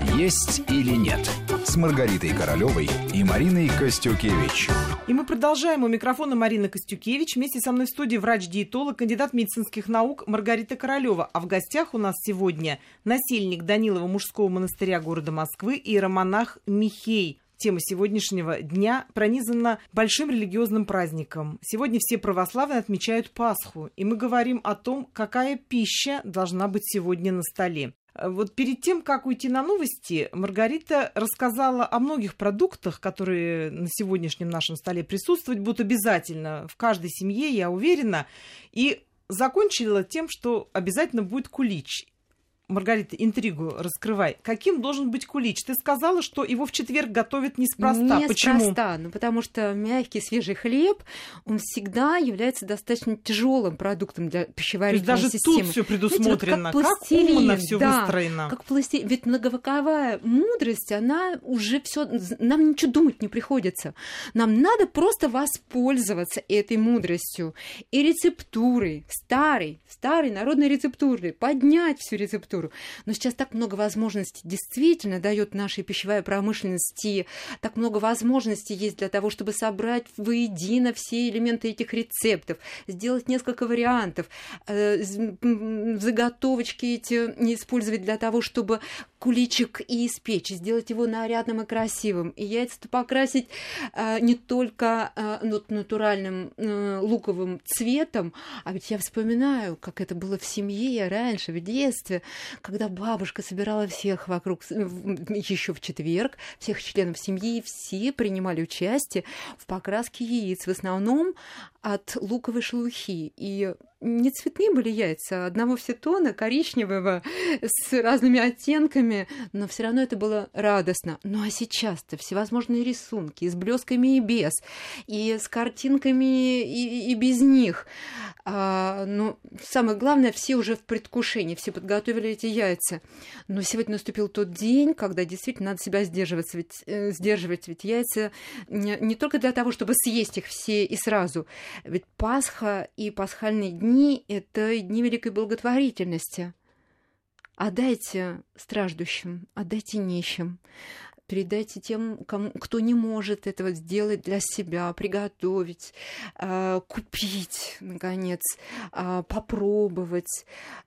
«Есть или нет» с Маргаритой Королевой и Мариной Костюкевич. И мы продолжаем. У микрофона Марина Костюкевич. Вместе со мной в студии врач-диетолог, кандидат медицинских наук Маргарита Королева. А в гостях у нас сегодня насельник Данилова мужского монастыря города Москвы иеромонах Михей. Тема сегодняшнего дня пронизана большим религиозным праздником. Сегодня все православные отмечают Пасху. И мы говорим о том, какая пища должна быть сегодня на столе. Вот перед тем, как уйти на новости, Маргарита рассказала о многих продуктах, которые на сегодняшнем нашем столе присутствовать будут обязательно в каждой семье, я уверена. И закончила тем, что обязательно будет кулич. Маргарита, интригу раскрывай. Каким должен быть кулич? Ты сказала, что его в четверг готовят неспроста. Почему? Неспроста, потому что мягкий свежий хлеб, он всегда является достаточно тяжелым продуктом для пищеварительной системы. То есть даже тут все предусмотрено, как как умно все выстроено. Как пластилин. Ведь многовековая мудрость, она уже все, нам ничего думать не приходится. Нам надо просто воспользоваться этой мудростью и рецептурой, старой народной рецептурой, поднять всю рецептуру. Но сейчас так много возможностей действительно дает нашей пищевой промышленности, так много возможностей есть для того, чтобы собрать воедино все элементы этих рецептов, сделать несколько вариантов, заготовочки эти использовать для того, чтобы куличик и испечь, сделать его нарядным и красивым, и яйца-то покрасить не только натуральным луковым цветом, а ведь я вспоминаю, как это было в семье раньше, в детстве, когда бабушка собирала всех вокруг, еще в четверг, всех членов семьи, все принимали участие в покраске яиц, в основном от луковой шелухи. И не цветные были яйца, одного всетона, коричневого, с разными оттенками, но все равно это было радостно. Ну а сейчас-то всевозможные рисунки с блесками и без, и с картинками и без них. Но самое главное, все уже в предвкушении, все подготовили эти яйца. Но сегодня наступил тот день, когда действительно надо себя сдерживать, ведь яйца не только для того, чтобы съесть их все и сразу. Ведь Пасха и пасхальные дни – это дни великой благотворительности. Отдайте страждущим, отдайте нищим, передайте тем, кто не может этого сделать для себя, приготовить, купить, наконец, попробовать.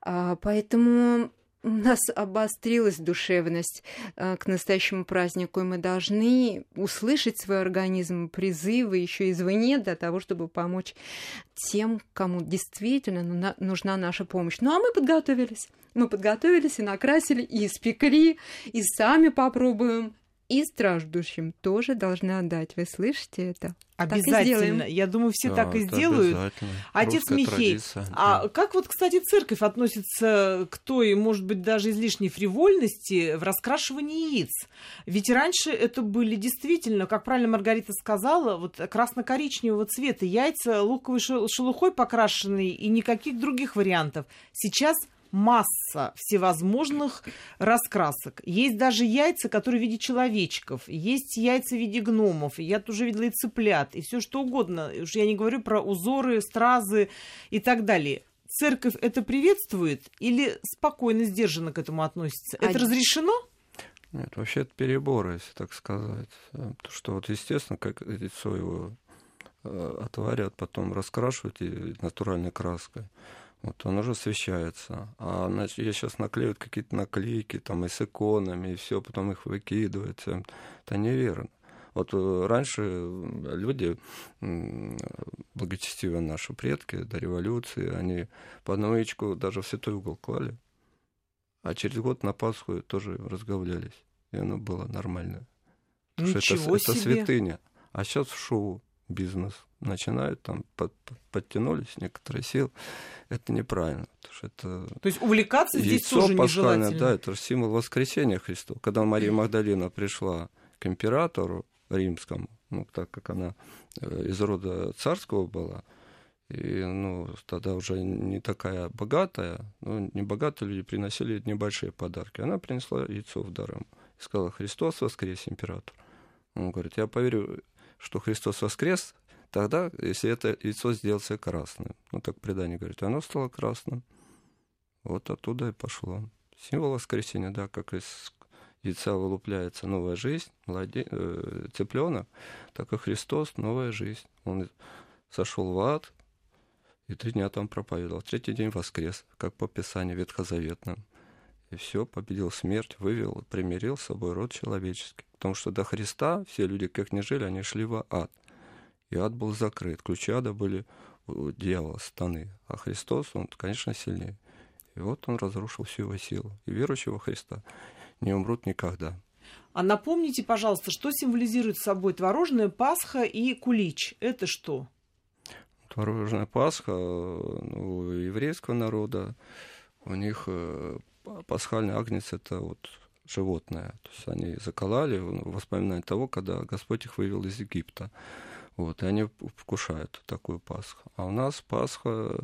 Поэтому у нас обострилась душевность к настоящему празднику, и мы должны услышать свой организм, призывы еще извне для того, чтобы помочь тем, кому действительно нужна наша помощь. Ну, а мы подготовились. Мы подготовились и накрасили, и испекли, и сами попробуем. И страждущим тоже должны отдать. Вы слышите это? Обязательно. Я думаю, все так и сделают. Отец Михей, а как вот, кстати, церковь относится к той, может быть, даже излишней фривольности в раскрашивании яиц? Ведь раньше это были действительно, как правильно Маргарита сказала, вот красно-коричневого цвета яйца, луковой шелухой покрашенные и никаких других вариантов. Сейчас масса всевозможных раскрасок. Есть даже яйца, которые в виде человечков. Есть яйца в виде гномов. Я тоже видела и цыплят, и все что угодно. Уж я не говорю про узоры, стразы и так далее. Церковь это приветствует или спокойно, сдержанно к этому относится? Это разрешено? Нет, вообще это перебор, если так сказать. Потому что вот, естественно, как яйцо его отварят, потом раскрашивают натуральной краской. Вот он уже освещается. А значит, я сейчас наклеивают какие-то наклейки там, и с иконами, и все, потом их выкидывают. Это неверно. Вот раньше люди, благочестивые наши предки до революции, они по одному яичку даже в святой угол клали. А через год на Пасху тоже разговлялись. И оно было нормально. Ничего себе! Это святыня. А сейчас в шоу бизнес начинают, там подтянулись некоторые силы. Это неправильно. То есть увлекаться здесь тоже нежелательно. Да, это же символ воскресения Христова. Когда Мария Магдалина пришла к императору римскому, так как она из рода царского была, и тогда уже не такая богатая, не богатые люди приносили небольшие подарки. Она принесла яйцо в дар ему и сказала: «Христос воскрес, император». Он говорит: «Я поверю, что Христос воскрес, тогда, если это яйцо сделается красным». Так предание говорит. И оно стало красным. Вот оттуда и пошло. Символ воскресения, да, как из яйца вылупляется новая жизнь, цыпленок, так и Христос — новая жизнь. Он сошел в ад и 3 дня там проповедовал. В 3-й день воскрес, как по Писанию ветхозаветному. И все, победил смерть, вывел, примирил с собой род человеческий. Потому что до Христа все люди, как ни жили, они шли в ад. И ад был закрыт. Ключи ада были у дьявола, сатаны. А Христос, он, конечно, сильнее. И вот он разрушил всю его силу. И верующие во Христа не умрут никогда. А напомните, пожалуйста, что символизирует собой творожная Пасха и кулич? Это что? Творожная Пасха у еврейского народа, у них пасхальный агнец — это вот животное. То есть они закололи в воспоминание того, когда Господь их вывел из Египта. Вот, и они вкушают такую Пасху. А у нас Пасха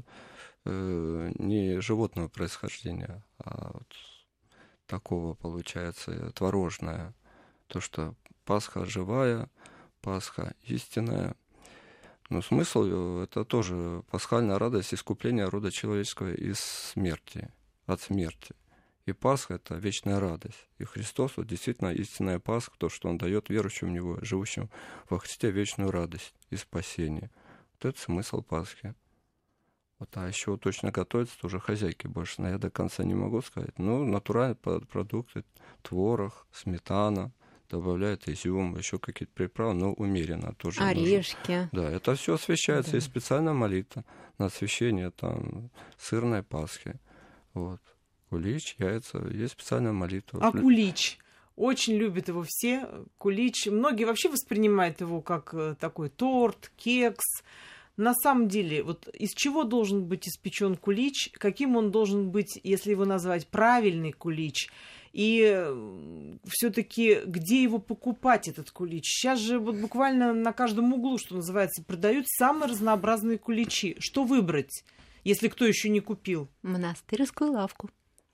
не животного происхождения, а вот такого, получается, творожная. То, что Пасха живая, Пасха истинная. Но смысл это тоже пасхальная радость искупления рода человеческого из смерти, от смерти. И Пасха — это вечная радость. И Христос — вот действительно истинная Пасха, то, что Он дает верующим в Него, живущим во Христе, вечную радость и спасение. Вот это смысл Пасхи. Вот, а еще точно готовится тоже хозяйки больше. Но я до конца не могу сказать. Ну, натуральные продукты, творог, сметана, добавляют изюм, еще какие-то приправы, но умеренно тоже. Орешки. Нужно. Да, это все освящается. Да. Есть специальная молитва на освящение там сырной Пасхи. Вот. Кулич, яйца, есть специальная молитва. А кулич? Очень любят его все. Кулич. Многие вообще воспринимают его как такой торт, кекс. На самом деле, вот из чего должен быть испечен кулич? Каким он должен быть, если его назвать правильный кулич? И все-таки где его покупать, этот кулич? Сейчас же вот буквально на каждом углу, что называется, продают самые разнообразные куличи. Что выбрать, если кто еще не купил? Монастырскую лавку.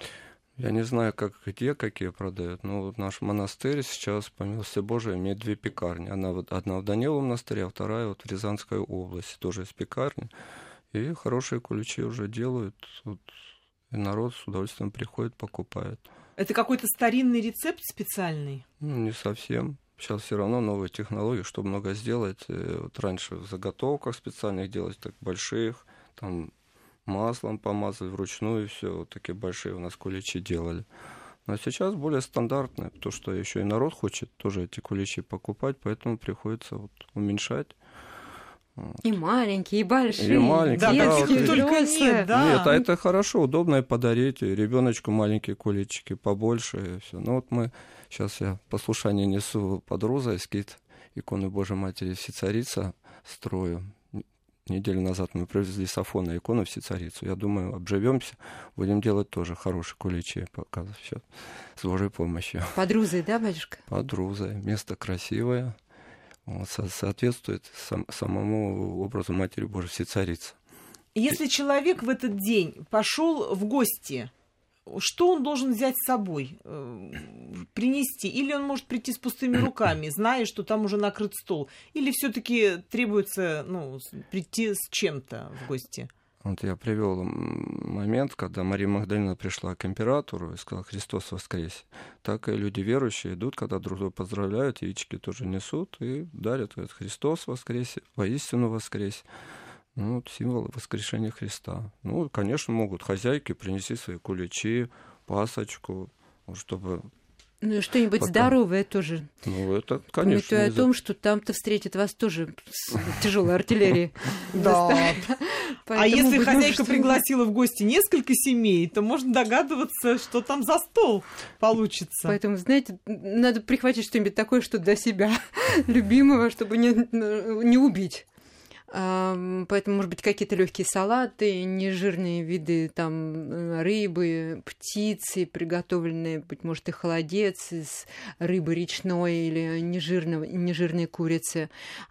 Я не знаю, где какие продают, но вот наш монастырь сейчас, по милости Божией, имеет 2 пекарни. Одна в Даниловом монастыре, а вторая вот в Рязанской области, тоже из пекарни. И хорошие куличи уже делают, вот, и народ с удовольствием приходит, покупает. Это какой-то старинный рецепт специальный? Ну, не совсем. Сейчас все равно новые технологии, чтобы много сделать. Вот раньше в заготовках специальных делать, так больших, там маслом помазать вручную, все вот такие большие у нас куличи делали. Но сейчас более стандартные, потому что еще и народ хочет тоже эти куличи покупать, поэтому приходится вот уменьшать. Вот. И маленькие, и большие. И маленькие, да, да, каких только нет, да. Нет, а это хорошо, удобно и подарить, и ребеночку маленькие куличики побольше, и все. Ну вот мы, сейчас я послушание несу под Рузой, скит иконы Божией Матери Всецарица строю. Неделю назад мы привезли с Афона икону Всецарицу. Я думаю, обживемся, будем делать тоже хорошие куличи, показывать все с Божьей помощью. Под Рузой, да, батюшка? Под Рузой. Место красивое, вот, соответствует самому образу Матери Божией Всецарицы. Если человек в этот день пошел в гости, что он должен взять с собой, принести? Или он может прийти с пустыми руками, зная, что там уже накрыт стол? Или все-таки требуется прийти с чем-то в гости? Вот я привел момент, когда Мария Магдалина пришла к императору и сказала: «Христос воскресе». Так и люди верующие идут, когда друг друга поздравляют, яички тоже несут и дарят. Говорят: «Христос воскресе, воистину воскресе». Ну, вот символ воскрешения Христа. Ну, конечно, могут хозяйки принести свои куличи, пасочку, чтобы... Ну, и что-нибудь здоровое тоже. Ну, это, конечно. Пометуя о том, что там-то встретит вас тоже тяжелая артиллерия. Да. А если хозяйка пригласила в гости несколько семей, то можно догадываться, что там за стол получится. Поэтому, знаете, надо прихватить что-нибудь такое, что для себя любимого, чтобы не убить. Поэтому, может быть, какие-то легкие салаты, нежирные виды там рыбы, птицы, приготовленные, быть может, и холодец из рыбы речной или нежирной курицы.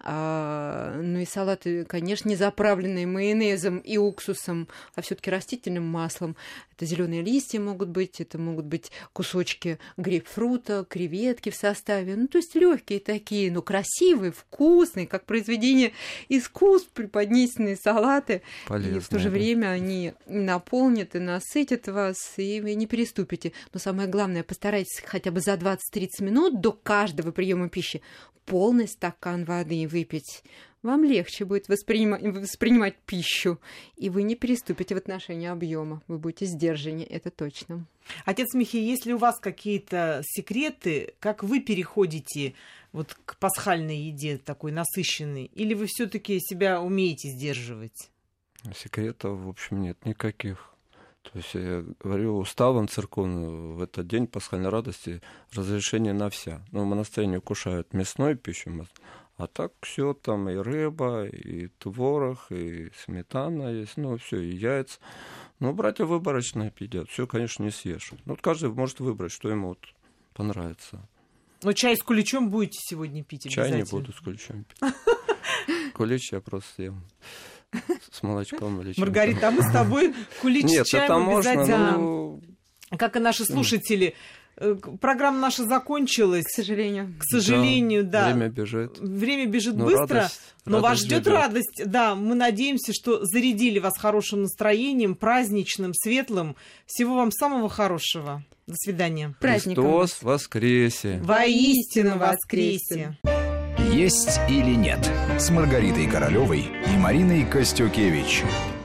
Ну и салаты, конечно, не заправленные майонезом и уксусом, а все-таки растительным маслом. Это зеленые листья могут быть, это могут быть кусочки грейпфрута, креветки в составе. Ну, то есть легкие такие, но красивые, вкусные, как произведение искусств, преподнесенные салаты. Полезные, и в то же время они наполнят и насытят вас, и вы не переступите. Но самое главное, постарайтесь хотя бы за 20-30 минут до каждого приема пищи полный стакан воды выпить. Вам легче будет воспринимать пищу, и вы не переступите в отношении объема. Вы будете сдержаннее, это точно. Отец Михей, есть ли у вас какие-то секреты, как вы переходите вот к пасхальной еде такой насыщенной, или вы все-таки себя умеете сдерживать? Секретов, в общем, нет никаких. То есть, я говорю, уставом церковным в этот день пасхальной радости разрешение на вся. Но в монастыре не кушают мясной пищу, а так все там и рыба, и творог, и сметана есть, ну все, и яйца. Но братья выборочно едят. Все, конечно, не съешь. Ну, вот каждый может выбрать, что ему вот понравится. Но чай с куличом будете сегодня пить обязательно? Чай не буду с куличом пить. Кулич я просто съем. С молочком или чем-то. Маргарита, а мы с тобой кулич с чаем обязательно. Ну... Как и наши слушатели. Программа наша закончилась. К сожалению. К сожалению, да. Время бежит. Время бежит быстро, но вас ждет радость. Да, мы надеемся, что зарядили вас хорошим настроением, праздничным, светлым. Всего вам самого хорошего. До свидания. Христос воскресе! Воистину воскресе! «Есть или нет» с Маргаритой Королевой и Мариной Костюкевич.